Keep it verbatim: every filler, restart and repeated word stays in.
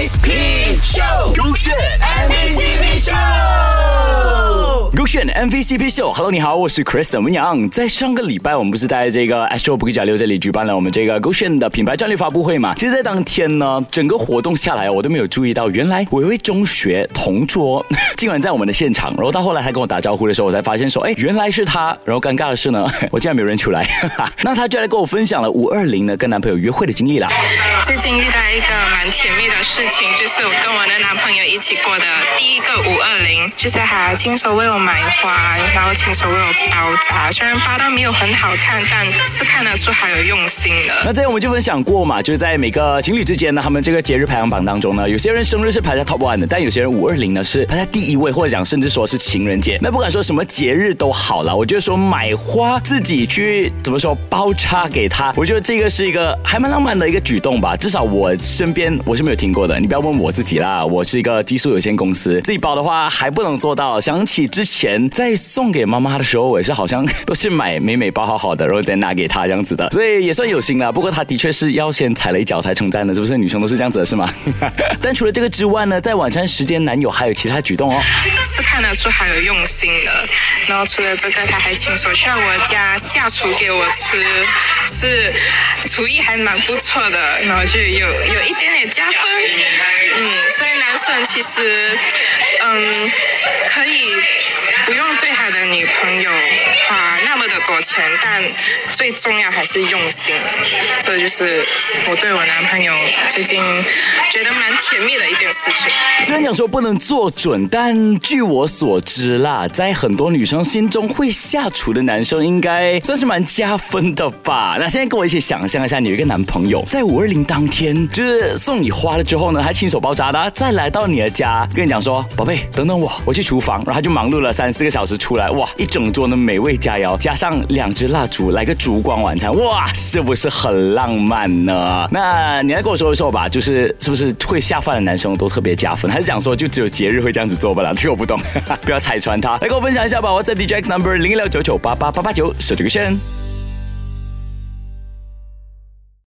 P 秀，勾选 M V C P 秀。勾选 M V C P 秀 ，Hello， 你好，我是 Chris 文扬。在上个礼拜，我们不是在这个 Astro 布吉甲六这里举办了我们这个勾选的品牌战略发布会嘛？其实，在当天呢，整个活动下来，我都没有注意到，原来我有一位中学同桌竟然在我们的现场。然后到后来他跟我打招呼的时候，我才发现说，哎，原来是他。然后尴尬的是呢，我竟然没有认出来。那他就来跟我分享了五二零呢跟男朋友约会的经历啦。 最近遇到一个蛮甜蜜的事情，就是我跟我的男朋友一起过的第一个五二零，就是他亲手为我买花，然后亲手为我包扎。虽然包到没有很好看，但是看得出还有用心的。 那这样我们就分享过嘛，就是在每个情侣之间呢，他们这个节日排行榜当中呢，有些人生日是排在 top one 的，但有些人五二零呢是排在第一位，或者讲甚至说是情人节。那不管说什么节日都好了，我觉得说买花自己去怎么说包插给他，我觉得这个是一个还蛮浪漫的一个举动吧。至少我身边我是没有听过的。你不要问我自己啦，我是一个技术有限公司，自己包的话还不能做到。想起之前在送给妈妈的时候，我也是好像都是买美美包好好的，然后再拿给她这样子的，所以也算有心啦。不过她的确是要先踩了一脚才称赞的，是不是？女生都是这样子的是吗？但除了这个之外呢，在晚餐时间男友还有其他举动哦， 是看得出还有用心的。然后除了这个，他还亲手去我家下厨给我吃，是厨艺还蛮不错的，然后就有有一点点加分。嗯，所以男生其实嗯可以不用对他的女朋友花那么的多钱，但最重要还是用心。这就是我对我男朋友最近觉得蛮甜蜜的一件事情。 虽然讲说不能做准，但据我所知啦，在很多女生心中会下厨的男生应该算是蛮加分的吧。那现在跟我一起想象一下，你有一个男朋友在五二零当天就是送你花了之后呢，还亲手包扎的，再来到你的家跟你讲说，宝贝等等我，我去厨房，然后他就忙碌了三四个小时出来，哇，一整桌的美味佳肴，加上两支蜡烛，来个烛光晚餐，哇，是不是很浪漫呢？那你来跟我说一说吧，就是是不是会下饭的男生都特别加分，还是讲说就只有节日会这样子做吧啦？这个我不懂，不要拆穿他。来跟我分享一下吧，我在 D J X number 零一六九九八八八八九，手这个圈。